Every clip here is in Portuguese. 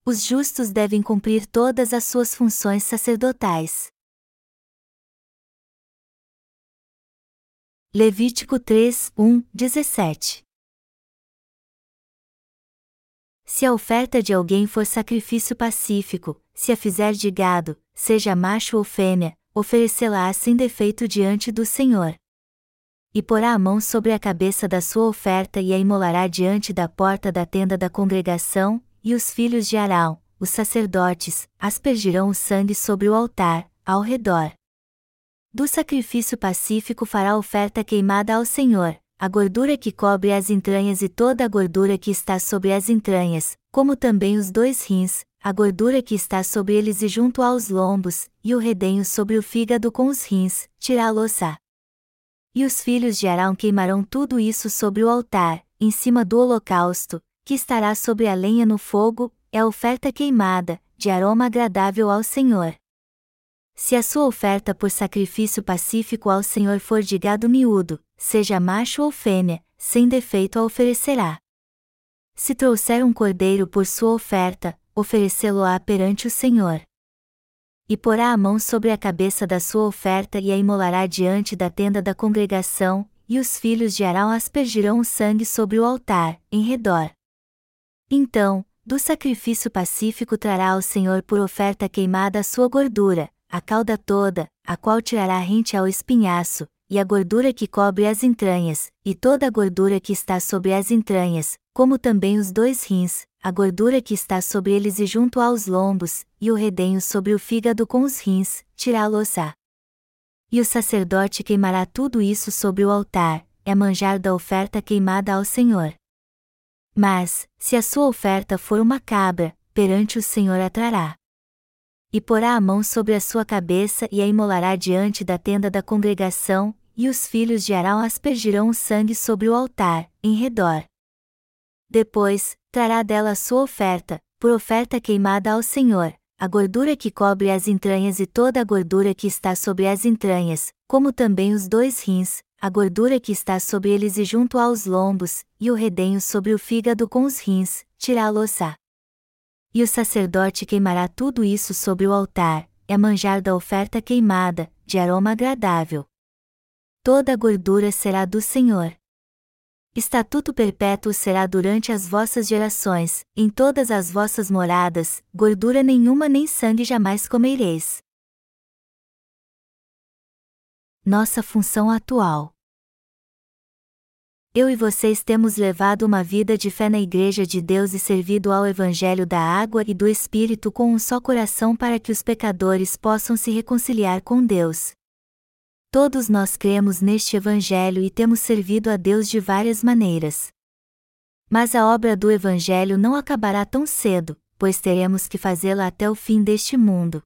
Os justos devem cumprir todas as suas funções sacerdotais. Levítico 3, 1, 17. Se a oferta de alguém for sacrifício pacífico, se a fizer de gado, seja macho ou fêmea, oferecê-la-á sem defeito diante do Senhor. E porá a mão sobre a cabeça da sua oferta e a imolará diante da porta da tenda da congregação, e os filhos de Arão, os sacerdotes, aspergirão o sangue sobre o altar, ao redor. Do sacrifício pacífico fará oferta queimada ao Senhor, a gordura que cobre as entranhas e toda a gordura que está sobre as entranhas, como também os 2 rins, a gordura que está sobre eles e junto aos lombos, e o redenho sobre o fígado com os rins, tirá-los-á. E os filhos de Arão queimarão tudo isso sobre o altar, em cima do holocausto, que estará sobre a lenha no fogo, é a oferta queimada, de aroma agradável ao Senhor. Se a sua oferta por sacrifício pacífico ao Senhor for de gado miúdo, seja macho ou fêmea, sem defeito a oferecerá. Se trouxer um cordeiro por sua oferta, oferecê-lo-á perante o Senhor. E porá a mão sobre a cabeça da sua oferta e a imolará diante da tenda da congregação, e os filhos de Arão aspergirão o sangue sobre o altar, em redor. Então, do sacrifício pacífico trará ao Senhor por oferta queimada a sua gordura, a cauda toda, a qual tirará rente ao espinhaço, e a gordura que cobre as entranhas, e toda a gordura que está sobre as entranhas, como também os 2 rins, a gordura que está sobre eles e junto aos lombos, e o redenho sobre o fígado com os rins, tirá-los-á. E o sacerdote queimará tudo isso sobre o altar, é manjar da oferta queimada ao Senhor. Mas, se a sua oferta for uma cabra, perante o Senhor a trará. E porá a mão sobre a sua cabeça e a imolará diante da tenda da congregação, e os filhos de Arão aspergirão o sangue sobre o altar, em redor. Depois, trará dela a sua oferta, por oferta queimada ao Senhor, a gordura que cobre as entranhas e toda a gordura que está sobre as entranhas, como também os 2 rins, a gordura que está sobre eles e junto aos lombos, e o redenho sobre o fígado com os rins, tirá-los-á. E o sacerdote queimará tudo isso sobre o altar, é manjar da oferta queimada, de aroma agradável. Toda a gordura será do Senhor. Estatuto perpétuo será durante as vossas gerações, em todas as vossas moradas, gordura nenhuma nem sangue jamais comereis. Nossa função atual. Eu e vocês temos levado uma vida de fé na Igreja de Deus e servido ao Evangelho da Água e do Espírito com um só coração para que os pecadores possam se reconciliar com Deus. Todos nós cremos neste Evangelho e temos servido a Deus de várias maneiras. Mas a obra do Evangelho não acabará tão cedo, pois teremos que fazê-la até o fim deste mundo.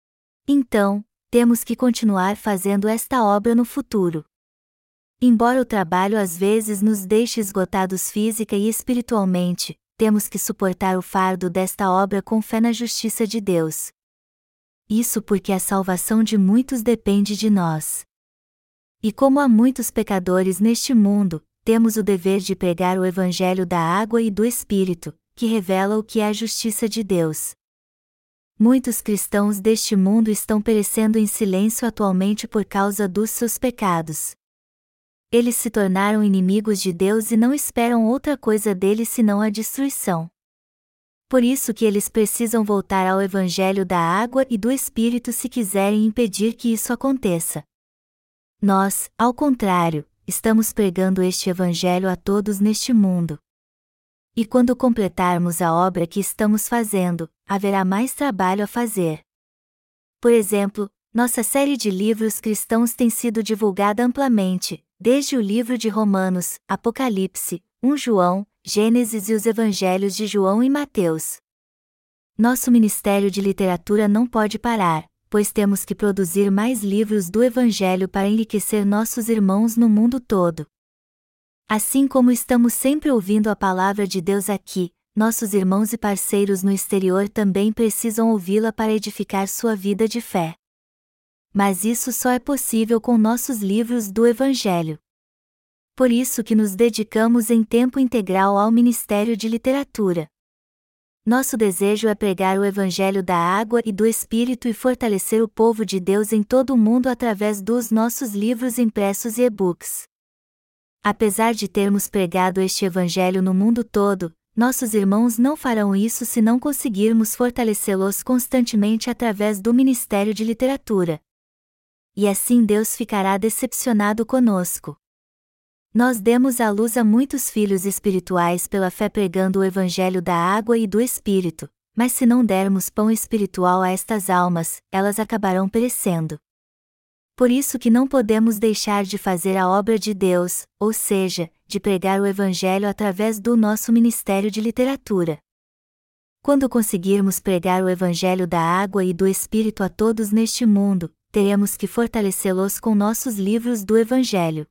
Então, temos que continuar fazendo esta obra no futuro. Embora o trabalho às vezes nos deixe esgotados física e espiritualmente, temos que suportar o fardo desta obra com fé na justiça de Deus. Isso porque a salvação de muitos depende de nós. E como há muitos pecadores neste mundo, temos o dever de pregar o Evangelho da Água e do Espírito, que revela o que é a justiça de Deus. Muitos cristãos deste mundo estão perecendo em silêncio atualmente por causa dos seus pecados. Eles se tornaram inimigos de Deus e não esperam outra coisa dele senão a destruição. Por isso que eles precisam voltar ao Evangelho da Água e do Espírito se quiserem impedir que isso aconteça. Nós, ao contrário, estamos pregando este Evangelho a todos neste mundo. E quando completarmos a obra que estamos fazendo, haverá mais trabalho a fazer. Por exemplo, nossa série de livros cristãos tem sido divulgada amplamente, desde o livro de Romanos, Apocalipse, 1 João, Gênesis e os Evangelhos de João e Mateus. Nosso ministério de literatura não pode parar, pois temos que produzir mais livros do Evangelho para enriquecer nossos irmãos no mundo todo. Assim como estamos sempre ouvindo a palavra de Deus aqui, nossos irmãos e parceiros no exterior também precisam ouvi-la para edificar sua vida de fé. Mas isso só é possível com nossos livros do Evangelho. Por isso que nos dedicamos em tempo integral ao ministério de literatura. Nosso desejo é pregar o Evangelho da água e do Espírito e fortalecer o povo de Deus em todo o mundo através dos nossos livros impressos e e-books. Apesar de termos pregado este Evangelho no mundo todo, nossos irmãos não farão isso se não conseguirmos fortalecê-los constantemente através do Ministério de Literatura. E assim Deus ficará decepcionado conosco. Nós demos à luz a muitos filhos espirituais pela fé pregando o Evangelho da água e do Espírito, mas se não dermos pão espiritual a estas almas, elas acabarão perecendo. Por isso que não podemos deixar de fazer a obra de Deus, ou seja, de pregar o Evangelho através do nosso Ministério de Literatura. Quando conseguirmos pregar o Evangelho da água e do Espírito a todos neste mundo, teremos que fortalecê-los com nossos livros do Evangelho.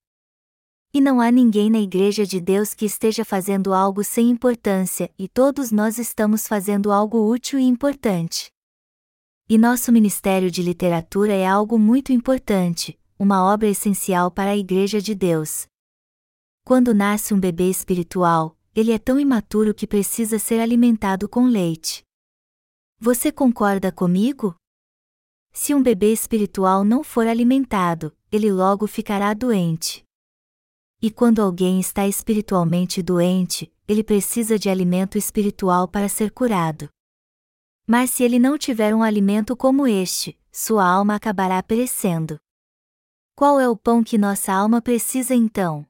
E não há ninguém na Igreja de Deus que esteja fazendo algo sem importância, e todos nós estamos fazendo algo útil e importante. E nosso Ministério de Literatura é algo muito importante, uma obra essencial para a Igreja de Deus. Quando nasce um bebê espiritual, ele é tão imaturo que precisa ser alimentado com leite. Você concorda comigo? Se um bebê espiritual não for alimentado, ele logo ficará doente. E quando alguém está espiritualmente doente, ele precisa de alimento espiritual para ser curado. Mas se ele não tiver um alimento como este, sua alma acabará perecendo. Qual é o pão que nossa alma precisa então?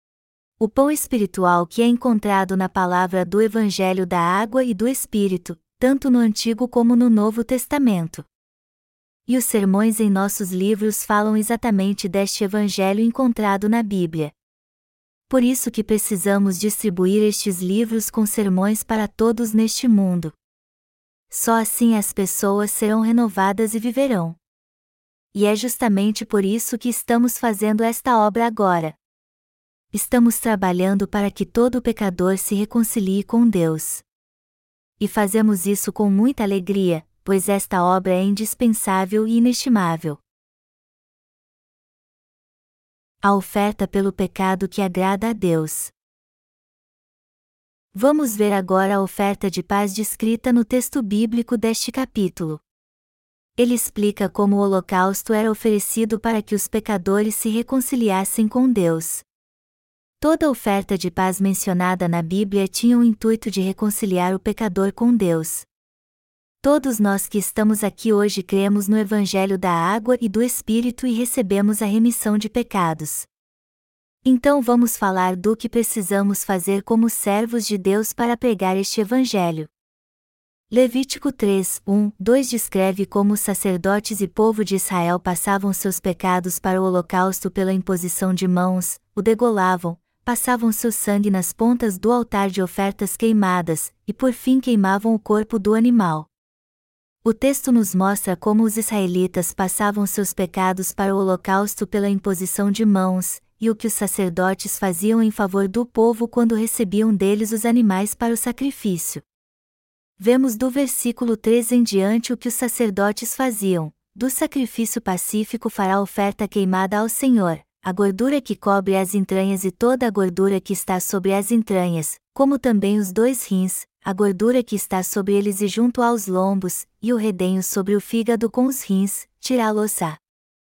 O pão espiritual que é encontrado na palavra do Evangelho da água e do Espírito, tanto no Antigo como no Novo Testamento. E os sermões em nossos livros falam exatamente deste Evangelho encontrado na Bíblia. Por isso que precisamos distribuir estes livros com sermões para todos neste mundo. Só assim as pessoas serão renovadas e viverão. E é justamente por isso que estamos fazendo esta obra agora. Estamos trabalhando para que todo pecador se reconcilie com Deus. E fazemos isso com muita alegria, pois esta obra é indispensável e inestimável. A oferta pelo pecado que agrada a Deus. Vamos ver agora a oferta de paz descrita no texto bíblico deste capítulo. Ele explica como o holocausto era oferecido para que os pecadores se reconciliassem com Deus. Toda oferta de paz mencionada na Bíblia tinha o intuito de reconciliar o pecador com Deus. Todos nós que estamos aqui hoje cremos no Evangelho da água e do Espírito e recebemos a remissão de pecados. Então vamos falar do que precisamos fazer como servos de Deus para pregar este Evangelho. Levítico 3, 1, 2 descreve como os sacerdotes e povo de Israel passavam seus pecados para o holocausto pela imposição de mãos, o degolavam, passavam seu sangue nas pontas do altar de ofertas queimadas, e por fim queimavam o corpo do animal. O texto nos mostra como os israelitas passavam seus pecados para o holocausto pela imposição de mãos, e o que os sacerdotes faziam em favor do povo quando recebiam deles os animais para o sacrifício. Vemos do versículo 3 em diante o que os sacerdotes faziam: do sacrifício pacífico fará oferta queimada ao Senhor, a gordura que cobre as entranhas e toda a gordura que está sobre as entranhas, como também os 2 rins, a gordura que está sobre eles e junto aos lombos, e o redenho sobre o fígado com os rins, tirá-los-á.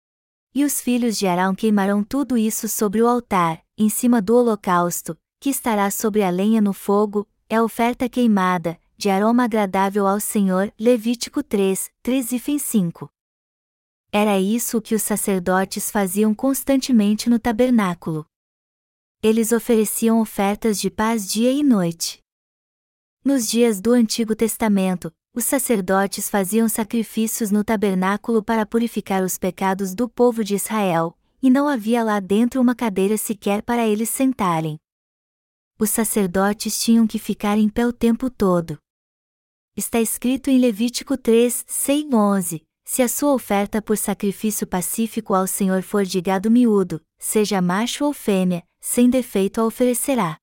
E os filhos de Arão queimarão tudo isso sobre o altar, em cima do holocausto, que estará sobre a lenha no fogo, é oferta queimada, de aroma agradável ao Senhor. Levítico 3, 3 e 5. Era isso o que os sacerdotes faziam constantemente no tabernáculo. Eles ofereciam ofertas de paz dia e noite. Nos dias do Antigo Testamento, os sacerdotes faziam sacrifícios no tabernáculo para purificar os pecados do povo de Israel, e não havia lá dentro uma cadeira sequer para eles sentarem. Os sacerdotes tinham que ficar em pé o tempo todo. Está escrito em Levítico 3, 6 e 11, se a sua oferta por sacrifício pacífico ao Senhor for de gado miúdo, seja macho ou fêmea, sem defeito a oferecerá.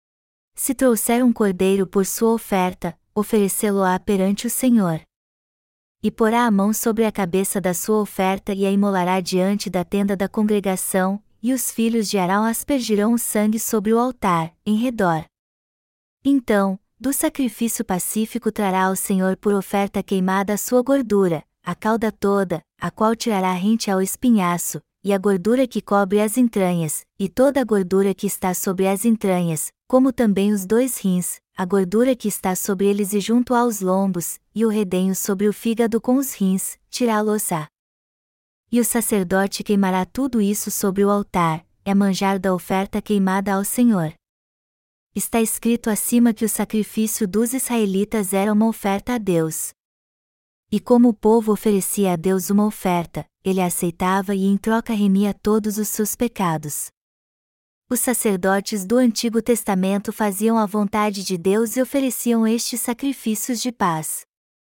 Se trouxer um cordeiro por sua oferta, oferecê-lo-á perante o Senhor. E porá a mão sobre a cabeça da sua oferta e a imolará diante da tenda da congregação, e os filhos de Arão aspergirão o sangue sobre o altar, em redor. Então, Do sacrifício pacífico trará ao Senhor por oferta queimada a sua gordura, a cauda toda, a qual tirará rente ao espinhaço, e a gordura que cobre as entranhas, e toda a gordura que está sobre as entranhas, como também os 2 rins, a gordura que está sobre eles e junto aos lombos, e o redenho sobre o fígado com os rins, tirá-los-á. E o sacerdote queimará tudo isso sobre o altar, é manjar da oferta queimada ao Senhor. Está escrito acima que o sacrifício dos israelitas era uma oferta a Deus. E como o povo oferecia a Deus uma oferta, ele a aceitava e em troca remia todos os seus pecados. Os sacerdotes do Antigo Testamento faziam a vontade de Deus e ofereciam estes sacrifícios de paz.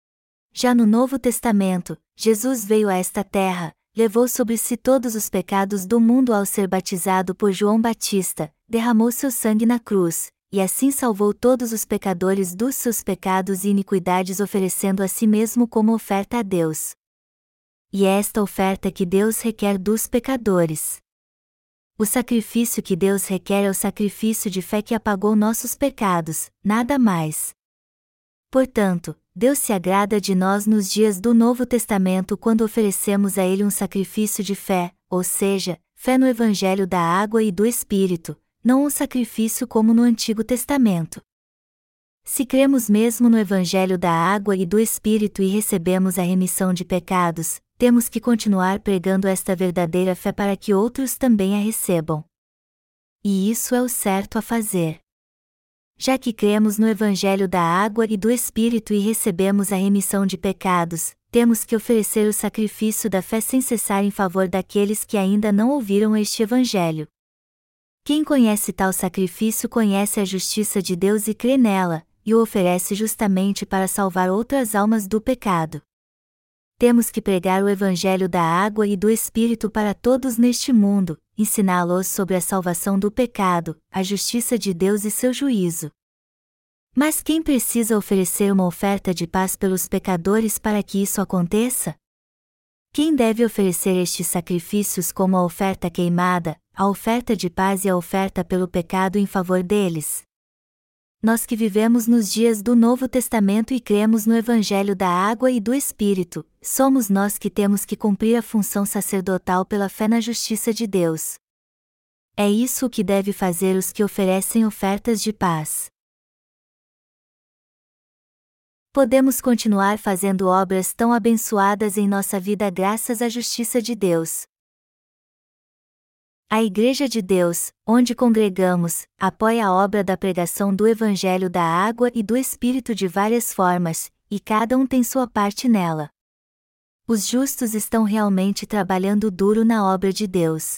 Já no Novo Testamento, Jesus veio a esta terra, levou sobre si todos os pecados do mundo ao ser batizado por João Batista, derramou seu sangue na cruz, e assim salvou todos os pecadores dos seus pecados e iniquidades oferecendo a si mesmo como oferta a Deus. E é esta oferta que Deus requer dos pecadores. O sacrifício que Deus requer é o sacrifício de fé que apagou nossos pecados, nada mais. Portanto, Deus se agrada de nós nos dias do Novo Testamento quando oferecemos a Ele um sacrifício de fé, ou seja, fé no Evangelho da água e do Espírito, não um sacrifício como no Antigo Testamento. Se cremos mesmo no Evangelho da água e do Espírito e recebemos a remissão de pecados, temos que continuar pregando esta verdadeira fé para que outros também a recebam. E isso é o certo a fazer. Já que cremos no Evangelho da água e do Espírito e recebemos a remissão de pecados, temos que oferecer o sacrifício da fé sem cessar em favor daqueles que ainda não ouviram este Evangelho. Quem conhece tal sacrifício conhece a justiça de Deus e crê nela, e o oferece justamente para salvar outras almas do pecado. Temos que pregar o Evangelho da água e do Espírito para todos neste mundo, ensiná-los sobre a salvação do pecado, a justiça de Deus e seu juízo. Mas quem precisa oferecer uma oferta de paz pelos pecadores para que isso aconteça? Quem deve oferecer estes sacrifícios como a oferta queimada, a oferta de paz e a oferta pelo pecado em favor deles? Nós que vivemos nos dias do Novo Testamento e cremos no Evangelho da água e do Espírito, somos nós que temos que cumprir a função sacerdotal pela fé na justiça de Deus. É isso o que deve fazer os que oferecem ofertas de paz. Podemos continuar fazendo obras tão abençoadas em nossa vida graças à justiça de Deus. A Igreja de Deus, onde congregamos, apoia a obra da pregação do Evangelho da água e do Espírito de várias formas, e cada um tem sua parte nela. Os justos estão realmente trabalhando duro na obra de Deus.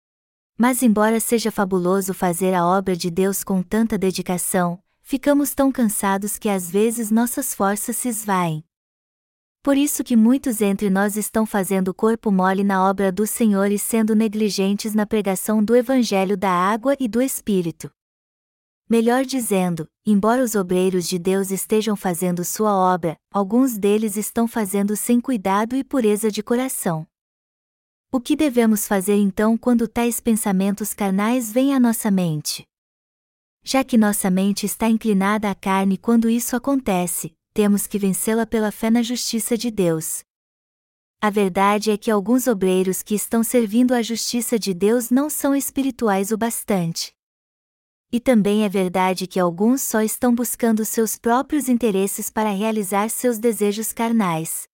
Mas embora seja fabuloso fazer a obra de Deus com tanta dedicação, ficamos tão cansados que às vezes nossas forças se esvaem. Por isso que muitos entre nós estão fazendo corpo mole na obra do Senhor e sendo negligentes na pregação do Evangelho da água e do Espírito. Melhor dizendo, embora os obreiros de Deus estejam fazendo sua obra, alguns deles estão fazendo sem cuidado e pureza de coração. O que devemos fazer então quando tais pensamentos carnais vêm à nossa mente? Já que nossa mente está inclinada à carne quando isso acontece, temos que vencê-la pela fé na justiça de Deus. A verdade é que alguns obreiros que estão servindo à justiça de Deus não são espirituais o bastante. E também é verdade que alguns só estão buscando seus próprios interesses para realizar seus desejos carnais.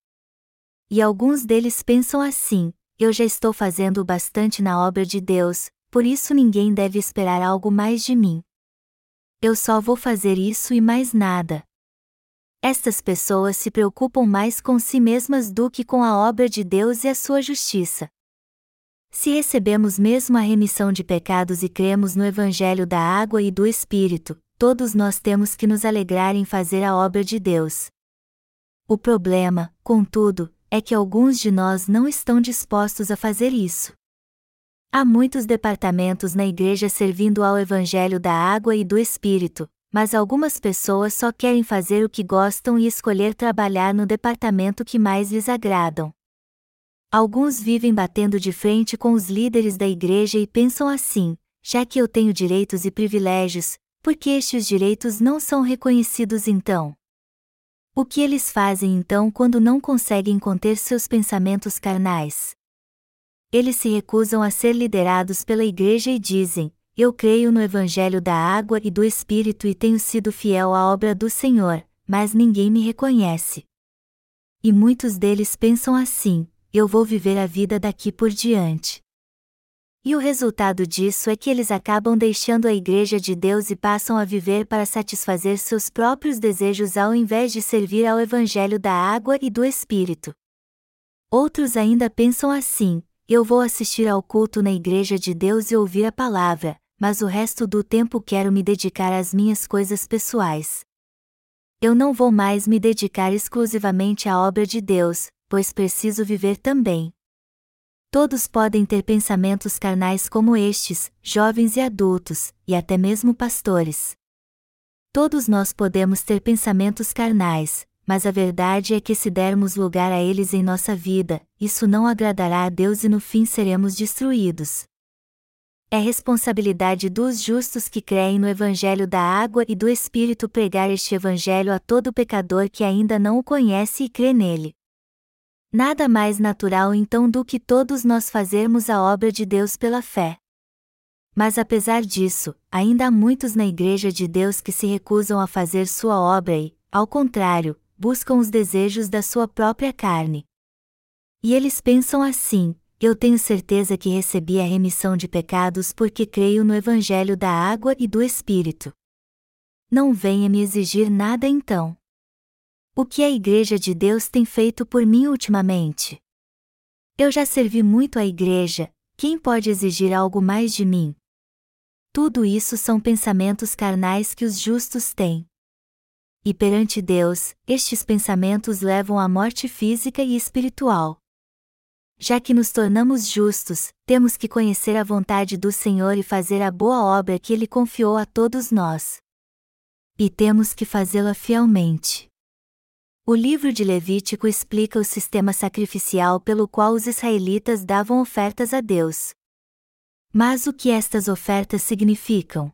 E alguns deles pensam assim: eu já estou fazendo o bastante na obra de Deus, por isso ninguém deve esperar algo mais de mim. Eu só vou fazer isso e mais nada. Estas pessoas se preocupam mais com si mesmas do que com a obra de Deus e a sua justiça. Se recebemos mesmo a remissão de pecados e cremos no Evangelho da água e do Espírito, todos nós temos que nos alegrar em fazer a obra de Deus. O problema, contudo, é que alguns de nós não estão dispostos a fazer isso. Há muitos departamentos na igreja servindo ao Evangelho da água e do Espírito, mas algumas pessoas só querem fazer o que gostam e escolher trabalhar no departamento que mais lhes agradam. Alguns vivem batendo de frente com os líderes da igreja e pensam assim: já que eu tenho direitos e privilégios, Por que estes direitos não são reconhecidos então? O que eles fazem então quando não conseguem conter seus pensamentos carnais? Eles se recusam a ser liderados pela igreja e dizem: eu creio no Evangelho da água e do Espírito e tenho sido fiel à obra do Senhor, mas ninguém me reconhece. E muitos deles pensam assim: eu vou viver a vida daqui por diante. E o resultado disso é que eles acabam deixando a Igreja de Deus e passam a viver para satisfazer seus próprios desejos ao invés de servir ao Evangelho da água e do Espírito. Outros ainda pensam assim: eu vou assistir ao culto na Igreja de Deus e ouvir a palavra, mas o resto do tempo quero me dedicar às minhas coisas pessoais. Eu não vou mais me dedicar exclusivamente à obra de Deus, pois preciso viver também. Todos podem ter pensamentos carnais como estes, jovens e adultos, e até mesmo pastores. Todos nós podemos ter pensamentos carnais, mas a verdade é que se dermos lugar a eles em nossa vida, isso não agradará a Deus e no fim seremos destruídos. É responsabilidade dos justos que creem no Evangelho da água e do Espírito pregar este Evangelho a todo pecador que ainda não o conhece e crê nele. Nada mais natural então do que todos nós fazermos a obra de Deus pela fé. Mas apesar disso, ainda há muitos na Igreja de Deus que se recusam a fazer sua obra e, ao contrário, buscam os desejos da sua própria carne. E eles pensam assim: eu tenho certeza que recebi a remissão de pecados porque creio no Evangelho da água e do Espírito. Não venha me exigir nada então. O que a Igreja de Deus tem feito por mim ultimamente? Eu já servi muito à Igreja, quem pode exigir algo mais de mim? Tudo isso são pensamentos carnais que os justos têm. E perante Deus, estes pensamentos levam à morte física e espiritual. Já que nos tornamos justos, temos que conhecer a vontade do Senhor e fazer a boa obra que Ele confiou a todos nós. E temos que fazê-la fielmente. O livro de Levítico explica o sistema sacrificial pelo qual os israelitas davam ofertas a Deus. Mas o que estas ofertas significam?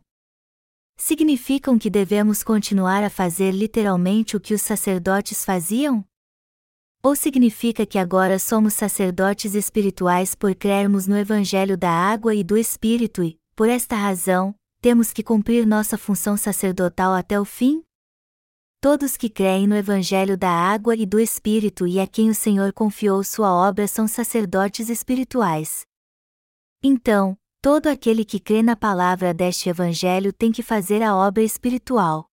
Significam que devemos continuar a fazer literalmente o que os sacerdotes faziam? Ou significa que agora somos sacerdotes espirituais por crermos no Evangelho da água e do Espírito e, por esta razão, temos que cumprir nossa função sacerdotal até o fim? Todos que creem no Evangelho da água e do Espírito e a quem o Senhor confiou sua obra são sacerdotes espirituais. Então, todo aquele que crê na palavra deste Evangelho tem que fazer a obra espiritual.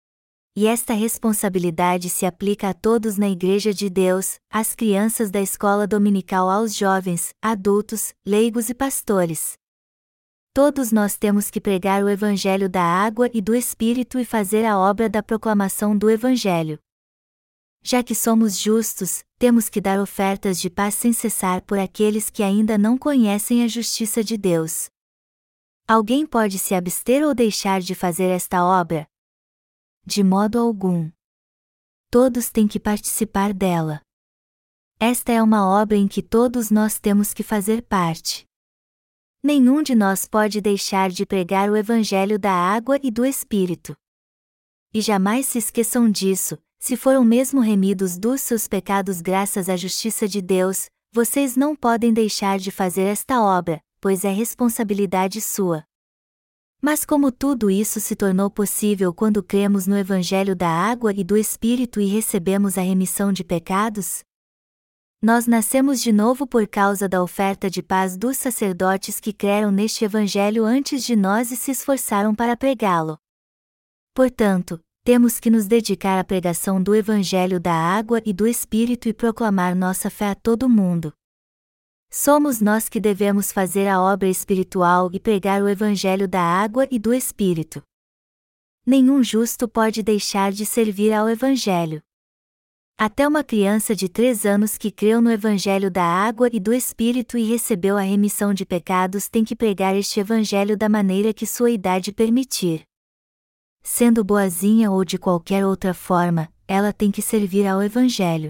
E esta responsabilidade se aplica a todos na Igreja de Deus, às crianças da escola dominical, aos jovens, adultos, leigos e pastores. Todos nós temos que pregar o Evangelho da água e do Espírito e fazer a obra da proclamação do Evangelho. Já que somos justos, temos que dar ofertas de paz sem cessar por aqueles que ainda não conhecem a justiça de Deus. Alguém pode se abster ou deixar de fazer esta obra? De modo algum. Todos têm que participar dela. Esta é uma obra em que todos nós temos que fazer parte. Nenhum de nós pode deixar de pregar o Evangelho da água e do Espírito. E jamais se esqueçam disso: se foram mesmo remidos dos seus pecados graças à justiça de Deus, vocês não podem deixar de fazer esta obra, pois é responsabilidade sua. Mas como tudo isso se tornou possível quando cremos no Evangelho da água e do Espírito e recebemos a remissão de pecados? Nós nascemos de novo por causa da oferta de paz dos sacerdotes que creram neste Evangelho antes de nós e se esforçaram para pregá-lo. Portanto, temos que nos dedicar à pregação do Evangelho da água e do Espírito e proclamar nossa fé a todo mundo. Somos nós que devemos fazer a obra espiritual e pregar o Evangelho da água e do Espírito. Nenhum justo pode deixar de servir ao Evangelho. Até uma criança de 3 anos que creu no Evangelho da água e do Espírito e recebeu a remissão de pecados tem que pregar este Evangelho da maneira que sua idade permitir. Sendo boazinha ou de qualquer outra forma, ela tem que servir ao Evangelho.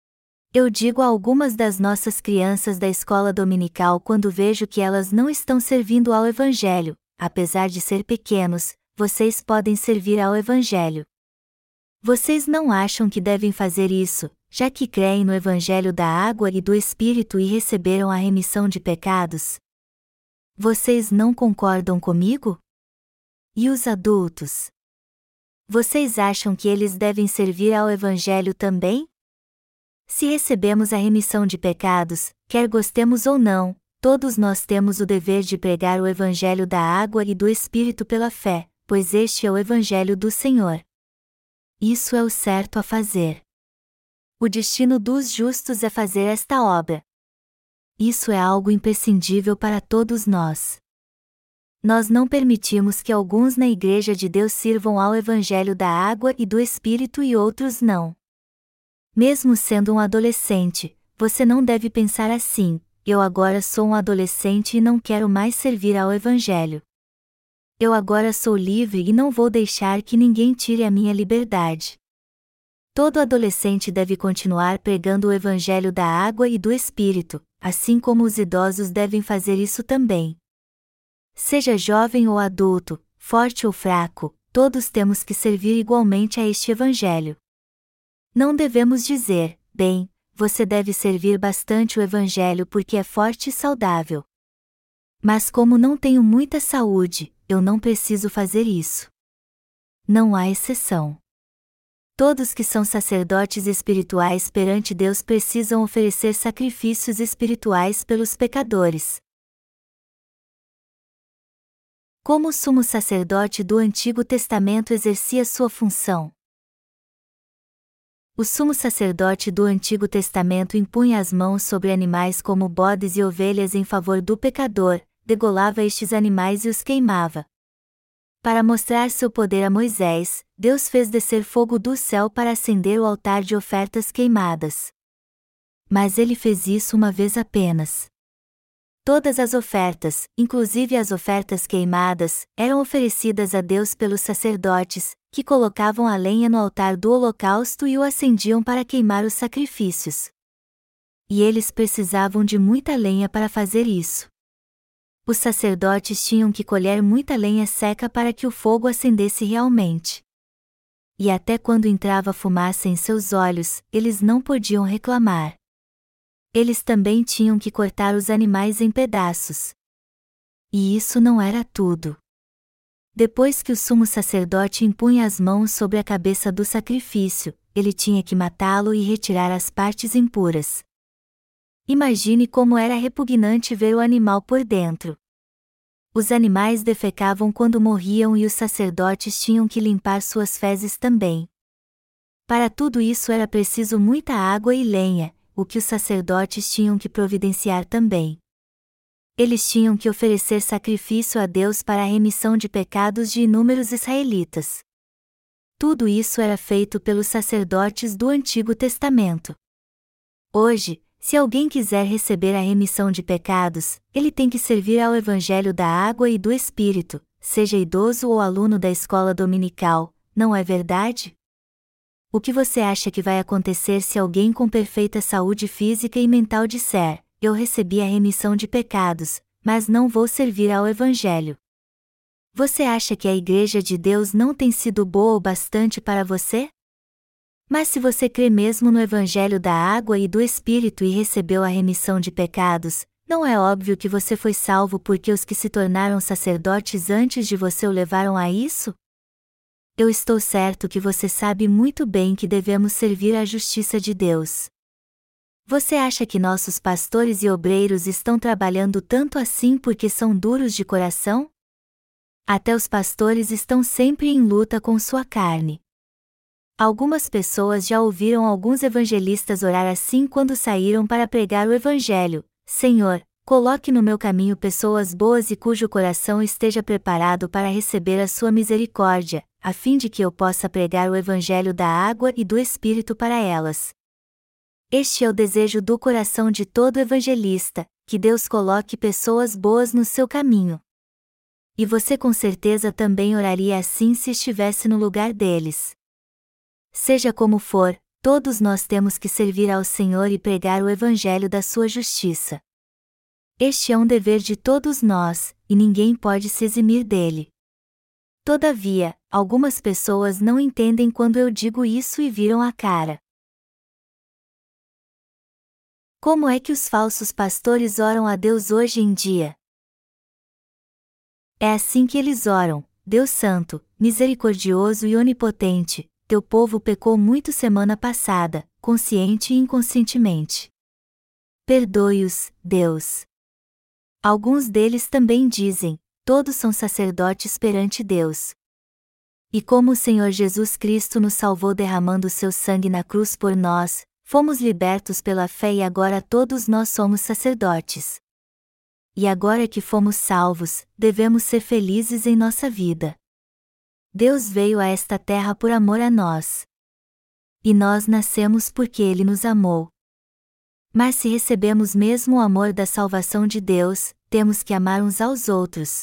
Eu digo a algumas das nossas crianças da escola dominical quando vejo que elas não estão servindo ao Evangelho: apesar de ser pequenos, vocês podem servir ao Evangelho. Vocês não acham que devem fazer isso, já que creem no Evangelho da água e do Espírito e receberam a remissão de pecados? Vocês não concordam comigo? E os adultos? Vocês acham que eles devem servir ao Evangelho também? Se recebemos a remissão de pecados, quer gostemos ou não, todos nós temos o dever de pregar o Evangelho da água e do Espírito pela fé, pois este é o Evangelho do Senhor. Isso é o certo a fazer. O destino dos justos é fazer esta obra. Isso é algo imprescindível para todos nós. Nós não permitimos que alguns na Igreja de Deus sirvam ao Evangelho da água e do Espírito e outros não. Mesmo sendo um adolescente, você não deve pensar assim: eu agora sou um adolescente e não quero mais servir ao Evangelho. Eu agora sou livre e não vou deixar que ninguém tire a minha liberdade. Todo adolescente deve continuar pregando o Evangelho da água e do Espírito, assim como os idosos devem fazer isso também. Seja jovem ou adulto, forte ou fraco, todos temos que servir igualmente a este Evangelho. Não devemos dizer: bem, você deve servir bastante o Evangelho porque é forte e saudável. Mas como não tenho muita saúde, eu não preciso fazer isso. Não há exceção. Todos que são sacerdotes espirituais perante Deus precisam oferecer sacrifícios espirituais pelos pecadores. Como o sumo sacerdote do Antigo Testamento exercia sua função? O sumo sacerdote do Antigo Testamento impunha as mãos sobre animais como bodes e ovelhas em favor do pecador, degolava estes animais e os queimava. Para mostrar seu poder a Moisés, Deus fez descer fogo do céu para acender o altar de ofertas queimadas. Mas ele fez isso uma vez apenas. Todas as ofertas, inclusive as ofertas queimadas, eram oferecidas a Deus pelos sacerdotes, que colocavam a lenha no altar do holocausto e o acendiam para queimar os sacrifícios. E eles precisavam de muita lenha para fazer isso. Os sacerdotes tinham que colher muita lenha seca para que o fogo acendesse realmente. E até quando entrava fumaça em seus olhos, eles não podiam reclamar. Eles também tinham que cortar os animais em pedaços. E isso não era tudo. Depois que o sumo sacerdote impunha as mãos sobre a cabeça do sacrifício, ele tinha que matá-lo e retirar as partes impuras. Imagine como era repugnante ver o animal por dentro. Os animais defecavam quando morriam e os sacerdotes tinham que limpar suas fezes também. Para tudo isso era preciso muita água e lenha, o que os sacerdotes tinham que providenciar também. Eles tinham que oferecer sacrifício a Deus para a remissão de pecados de inúmeros israelitas. Tudo isso era feito pelos sacerdotes do Antigo Testamento. Hoje, se alguém quiser receber a remissão de pecados, ele tem que servir ao Evangelho da água e do Espírito, seja idoso ou aluno da escola dominical, não é verdade? O que você acha que vai acontecer se alguém com perfeita saúde física e mental disser: eu recebi a remissão de pecados, mas não vou servir ao Evangelho? Você acha que a Igreja de Deus não tem sido boa o bastante para você? Mas se você crê mesmo no Evangelho da água e do Espírito e recebeu a remissão de pecados, não é óbvio que você foi salvo porque os que se tornaram sacerdotes antes de você o levaram a isso? Eu estou certo que você sabe muito bem que devemos servir à justiça de Deus. Você acha que nossos pastores e obreiros estão trabalhando tanto assim porque são duros de coração? Até os pastores estão sempre em luta com sua carne. Algumas pessoas já ouviram alguns evangelistas orar assim quando saíram para pregar o Evangelho: Senhor, coloque no meu caminho pessoas boas e cujo coração esteja preparado para receber a sua misericórdia, a fim de que eu possa pregar o Evangelho da água e do Espírito para elas. Este é o desejo do coração de todo evangelista, que Deus coloque pessoas boas no seu caminho. E você com certeza também oraria assim se estivesse no lugar deles. Seja como for, todos nós temos que servir ao Senhor e pregar o Evangelho da sua justiça. Este é um dever de todos nós, e ninguém pode se eximir dele. Todavia, algumas pessoas não entendem quando eu digo isso e viram a cara. Como é que os falsos pastores oram a Deus hoje em dia? É assim que eles oram: Deus Santo, misericordioso e onipotente, teu povo pecou muito semana passada, consciente e inconscientemente. Perdoe-os, Deus. Alguns deles também dizem: todos são sacerdotes perante Deus. E como o Senhor Jesus Cristo nos salvou derramando seu sangue na cruz por nós, fomos libertos pela fé e agora todos nós somos sacerdotes. E agora que fomos salvos, devemos ser felizes em nossa vida. Deus veio a esta terra por amor a nós. E nós nascemos porque Ele nos amou. Mas se recebemos mesmo o amor da salvação de Deus, temos que amar uns aos outros.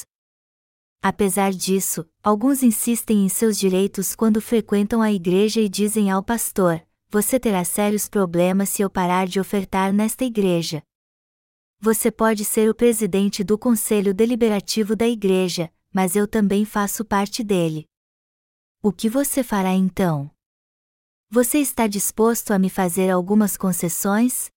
Apesar disso, alguns insistem em seus direitos quando frequentam a igreja e dizem ao pastor: você terá sérios problemas se eu parar de ofertar nesta igreja. Você pode ser o presidente do conselho deliberativo da igreja, mas eu também faço parte dele. O que você fará então? Você está disposto a me fazer algumas concessões?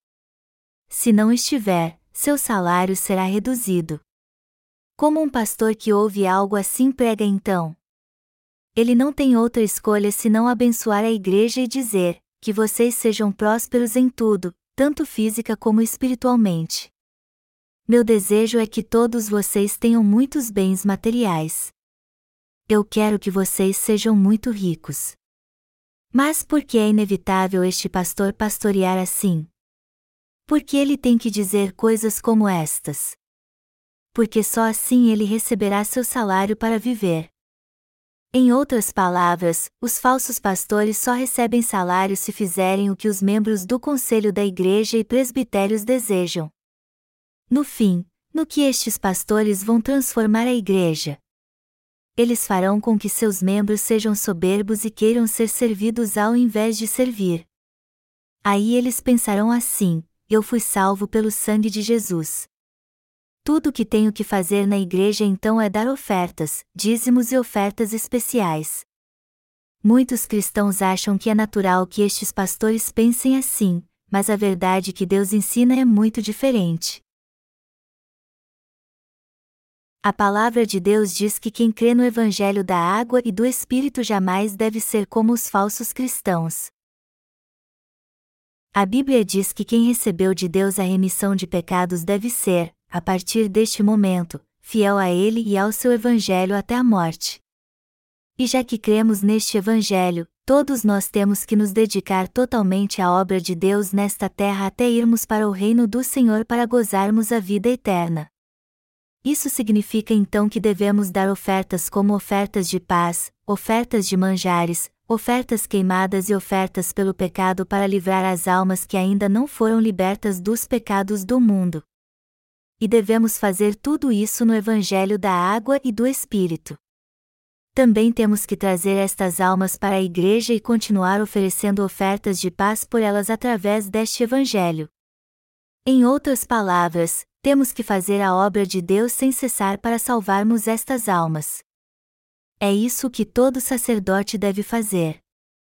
Se não estiver, seu salário será reduzido. Como um pastor que ouve algo assim prega então? Ele não tem outra escolha senão abençoar a igreja e dizer: que vocês sejam prósperos em tudo, tanto física como espiritualmente. Meu desejo é que todos vocês tenham muitos bens materiais. Eu quero que vocês sejam muito ricos. Mas por que é inevitável este pastor pastorear assim? Por que ele tem que dizer coisas como estas? Porque só assim ele receberá seu salário para viver. Em outras palavras, os falsos pastores só recebem salário se fizerem o que os membros do conselho da igreja e presbitérios desejam. No fim, no que estes pastores vão transformar a igreja? Eles farão com que seus membros sejam soberbos e queiram ser servidos ao invés de servir. Aí eles pensarão assim: eu fui salvo pelo sangue de Jesus. Tudo o que tenho que fazer na igreja então é dar ofertas, dízimos e ofertas especiais. Muitos cristãos acham que é natural que estes pastores pensem assim, mas a verdade que Deus ensina é muito diferente. A palavra de Deus diz que quem crê no Evangelho da água e do Espírito jamais deve ser como os falsos cristãos. A Bíblia diz que quem recebeu de Deus a remissão de pecados deve ser, a partir deste momento, fiel a Ele e ao seu Evangelho até a morte. E já que cremos neste Evangelho, todos nós temos que nos dedicar totalmente à obra de Deus nesta terra até irmos para o reino do Senhor para gozarmos a vida eterna. Isso significa então que devemos dar ofertas como ofertas de paz, ofertas de manjares, ofertas queimadas e ofertas pelo pecado para livrar as almas que ainda não foram libertas dos pecados do mundo. E devemos fazer tudo isso no Evangelho da água e do Espírito. Também temos que trazer estas almas para a igreja e continuar oferecendo ofertas de paz por elas através deste Evangelho. Em outras palavras, temos que fazer a obra de Deus sem cessar para salvarmos estas almas. É isso que todo sacerdote deve fazer.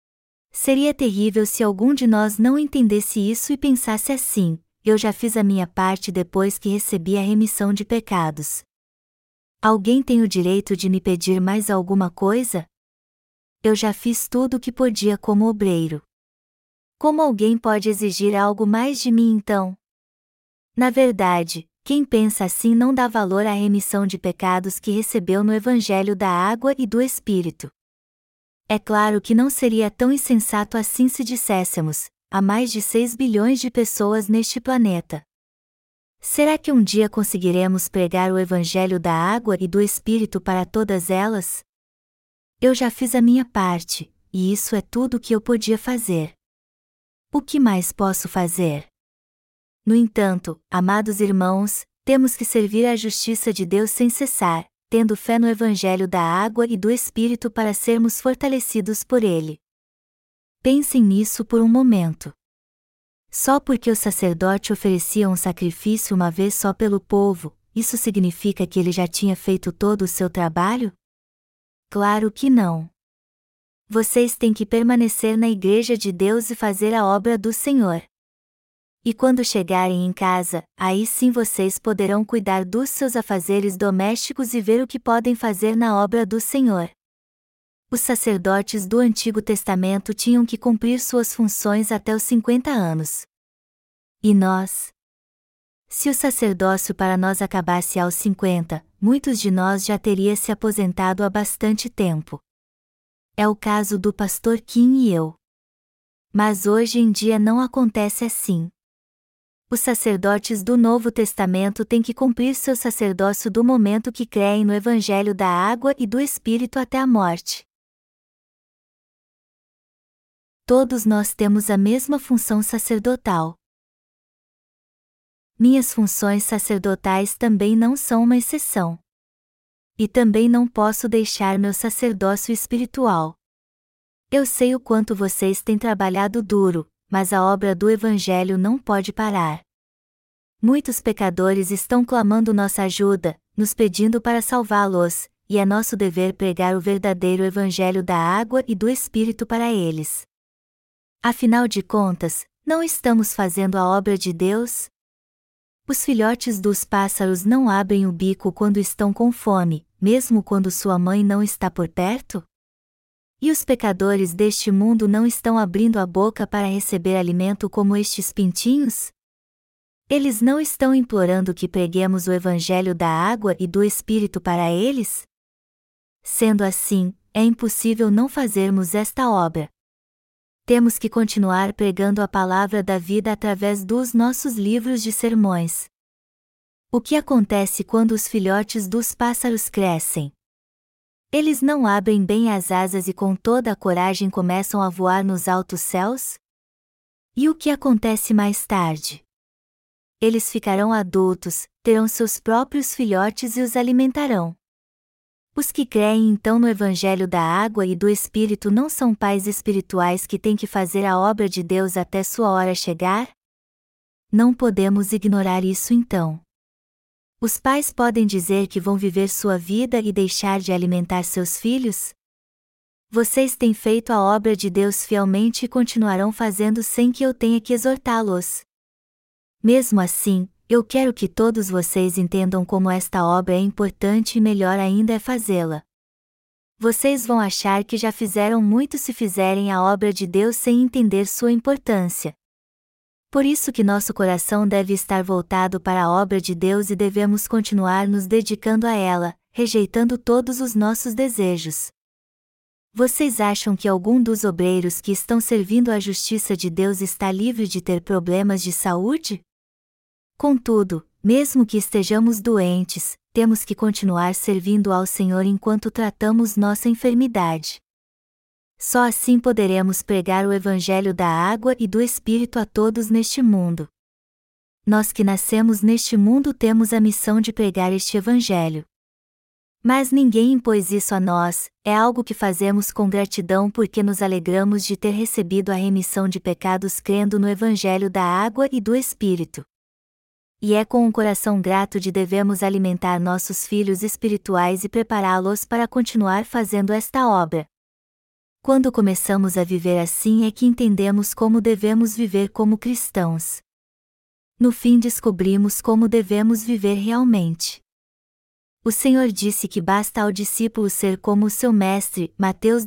Seria terrível se algum de nós não entendesse isso e pensasse assim: eu já fiz a minha parte depois que recebi a remissão de pecados. Alguém tem o direito de me pedir mais alguma coisa? Eu já fiz tudo o que podia como obreiro. Como alguém pode exigir algo mais de mim então? Na verdade, quem pensa assim não dá valor à remissão de pecados que recebeu no Evangelho da água e do Espírito. É claro que não seria tão insensato assim se disséssemos: há mais de 6 bilhões de pessoas neste planeta. Será que um dia conseguiremos pregar o Evangelho da água e do Espírito para todas elas? Eu já fiz a minha parte, e isso é tudo o que eu podia fazer. O que mais posso fazer? No entanto, amados irmãos, temos que servir à justiça de Deus sem cessar, tendo fé no Evangelho da água e do Espírito para sermos fortalecidos por ele. Pensem nisso por um momento. Só porque o sacerdote oferecia um sacrifício uma vez só pelo povo, isso significa que ele já tinha feito todo o seu trabalho? Claro que não. Vocês têm que permanecer na Igreja de Deus e fazer a obra do Senhor. E quando chegarem em casa, aí sim vocês poderão cuidar dos seus afazeres domésticos e ver o que podem fazer na obra do Senhor. Os sacerdotes do Antigo Testamento tinham que cumprir suas funções até os 50 anos. E nós? Se o sacerdócio para nós acabasse aos 50, muitos de nós já teria se aposentado há bastante tempo. É o caso do pastor Kim e eu. Mas hoje em dia não acontece assim. Os sacerdotes do Novo Testamento têm que cumprir seu sacerdócio do momento que creem no Evangelho da Água e do Espírito até a morte. Todos nós temos a mesma função sacerdotal. Minhas funções sacerdotais também não são uma exceção. E também não posso deixar meu sacerdócio espiritual. Eu sei o quanto vocês têm trabalhado duro, mas a obra do Evangelho não pode parar. Muitos pecadores estão clamando nossa ajuda, nos pedindo para salvá-los, e é nosso dever pregar o verdadeiro Evangelho da Água e do Espírito para eles. Afinal de contas, não estamos fazendo a obra de Deus? Os filhotes dos pássaros não abrem o bico quando estão com fome, mesmo quando sua mãe não está por perto? E os pecadores deste mundo não estão abrindo a boca para receber alimento como estes pintinhos? Eles não estão implorando que preguemos o Evangelho da Água e do Espírito para eles? Sendo assim, é impossível não fazermos esta obra. Temos que continuar pregando a palavra da vida através dos nossos livros de sermões. O que acontece quando os filhotes dos pássaros crescem? Eles não abrem bem as asas e com toda a coragem começam a voar nos altos céus? E o que acontece mais tarde? Eles ficarão adultos, terão seus próprios filhotes e os alimentarão. Os que creem então no Evangelho da Água e do Espírito não são pais espirituais que têm que fazer a obra de Deus até sua hora chegar? Não podemos ignorar isso então. Os pais podem dizer que vão viver sua vida e deixar de alimentar seus filhos? Vocês têm feito a obra de Deus fielmente e continuarão fazendo sem que eu tenha que exortá-los. Mesmo assim, eu quero que todos vocês entendam como esta obra é importante e melhor ainda é fazê-la. Vocês vão achar que já fizeram muito se fizerem a obra de Deus sem entender sua importância. Por isso que nosso coração deve estar voltado para a obra de Deus e devemos continuar nos dedicando a ela, rejeitando todos os nossos desejos. Vocês acham que algum dos obreiros que estão servindo à justiça de Deus está livre de ter problemas de saúde? Contudo, mesmo que estejamos doentes, temos que continuar servindo ao Senhor enquanto tratamos nossa enfermidade. Só assim poderemos pregar o Evangelho da Água e do Espírito a todos neste mundo. Nós que nascemos neste mundo temos a missão de pregar este Evangelho. Mas ninguém impôs isso a nós, é algo que fazemos com gratidão porque nos alegramos de ter recebido a remissão de pecados crendo no Evangelho da Água e do Espírito. E é com um coração grato de devemos alimentar nossos filhos espirituais e prepará-los para continuar fazendo esta obra. Quando começamos a viver assim é que entendemos como devemos viver como cristãos. No fim descobrimos como devemos viver realmente. O Senhor disse que basta ao discípulo ser como o seu mestre, Mateus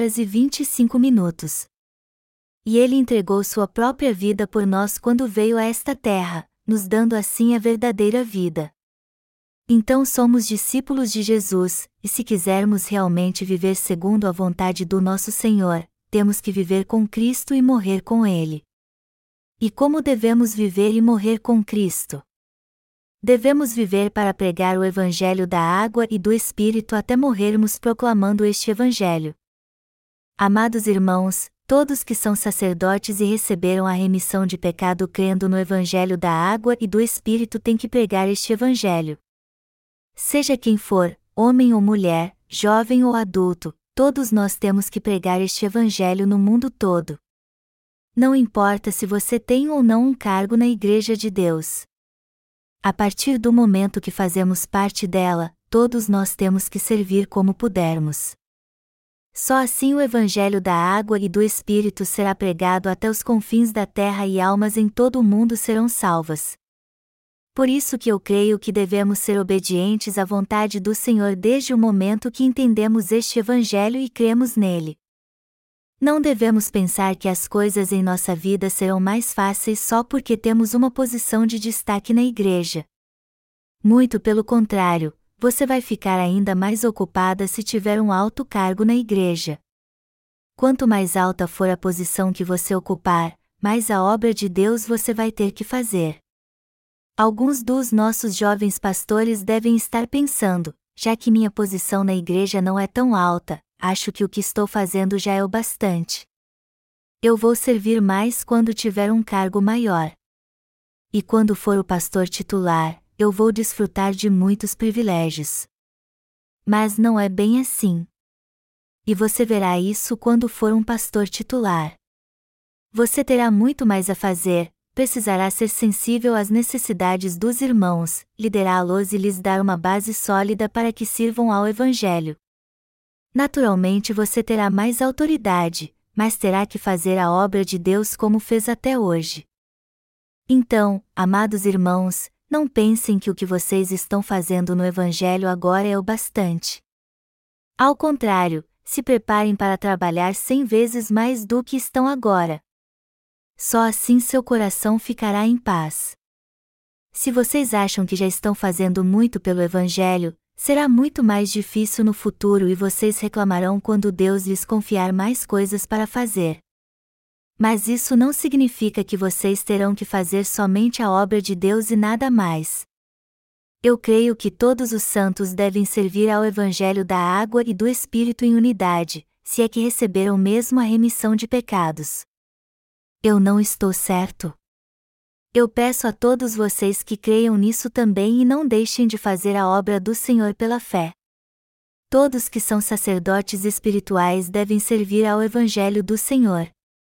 10h25. E ele entregou sua própria vida por nós quando veio a esta terra, nos dando assim a verdadeira vida. Então somos discípulos de Jesus, e se quisermos realmente viver segundo a vontade do nosso Senhor, temos que viver com Cristo e morrer com Ele. E como devemos viver e morrer com Cristo? Devemos viver para pregar o Evangelho da Água e do Espírito até morrermos proclamando este Evangelho. Amados irmãos, todos que são sacerdotes e receberam a remissão de pecado crendo no Evangelho da Água e do Espírito têm que pregar este Evangelho. Seja quem for, homem ou mulher, jovem ou adulto, todos nós temos que pregar este Evangelho no mundo todo. Não importa se você tem ou não um cargo na Igreja de Deus. A partir do momento que fazemos parte dela, todos nós temos que servir como pudermos. Só assim o Evangelho da água e do Espírito será pregado até os confins da terra e almas em todo o mundo serão salvas. Por isso que eu creio que devemos ser obedientes à vontade do Senhor desde o momento que entendemos este Evangelho e cremos nele. Não devemos pensar que as coisas em nossa vida serão mais fáceis só porque temos uma posição de destaque na igreja. Muito pelo contrário, você vai ficar ainda mais ocupada se tiver um alto cargo na igreja. Quanto mais alta for a posição que você ocupar, mais a obra de Deus você vai ter que fazer. Alguns dos nossos jovens pastores devem estar pensando, já que minha posição na igreja não é tão alta, acho que o que estou fazendo já é o bastante. Eu vou servir mais quando tiver um cargo maior. E quando for o pastor titular, eu vou desfrutar de muitos privilégios. Mas não é bem assim. E você verá isso quando for um pastor titular. Você terá muito mais a fazer, precisará ser sensível às necessidades dos irmãos, liderá-los e lhes dar uma base sólida para que sirvam ao Evangelho. Naturalmente você terá mais autoridade, mas terá que fazer a obra de Deus como fez até hoje. Então, amados irmãos, não pensem que o que vocês estão fazendo no Evangelho agora é o bastante. Ao contrário, se preparem para trabalhar 100 vezes mais do que estão agora. Só assim seu coração ficará em paz. Se vocês acham que já estão fazendo muito pelo Evangelho, será muito mais difícil no futuro e vocês reclamarão quando Deus lhes confiar mais coisas para fazer. Mas isso não significa que vocês terão que fazer somente a obra de Deus e nada mais. Eu creio que todos os santos devem servir ao Evangelho da água e do Espírito em unidade, se é que receberam mesmo a remissão de pecados. Eu não estou certo? Eu peço a todos vocês que creiam nisso também e não deixem de fazer a obra do Senhor pela fé. Todos que são sacerdotes espirituais devem servir ao Evangelho do Senhor.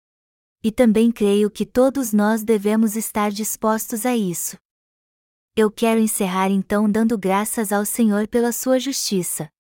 E também creio que todos nós devemos estar dispostos a isso. Eu quero encerrar então dando graças ao Senhor pela sua justiça.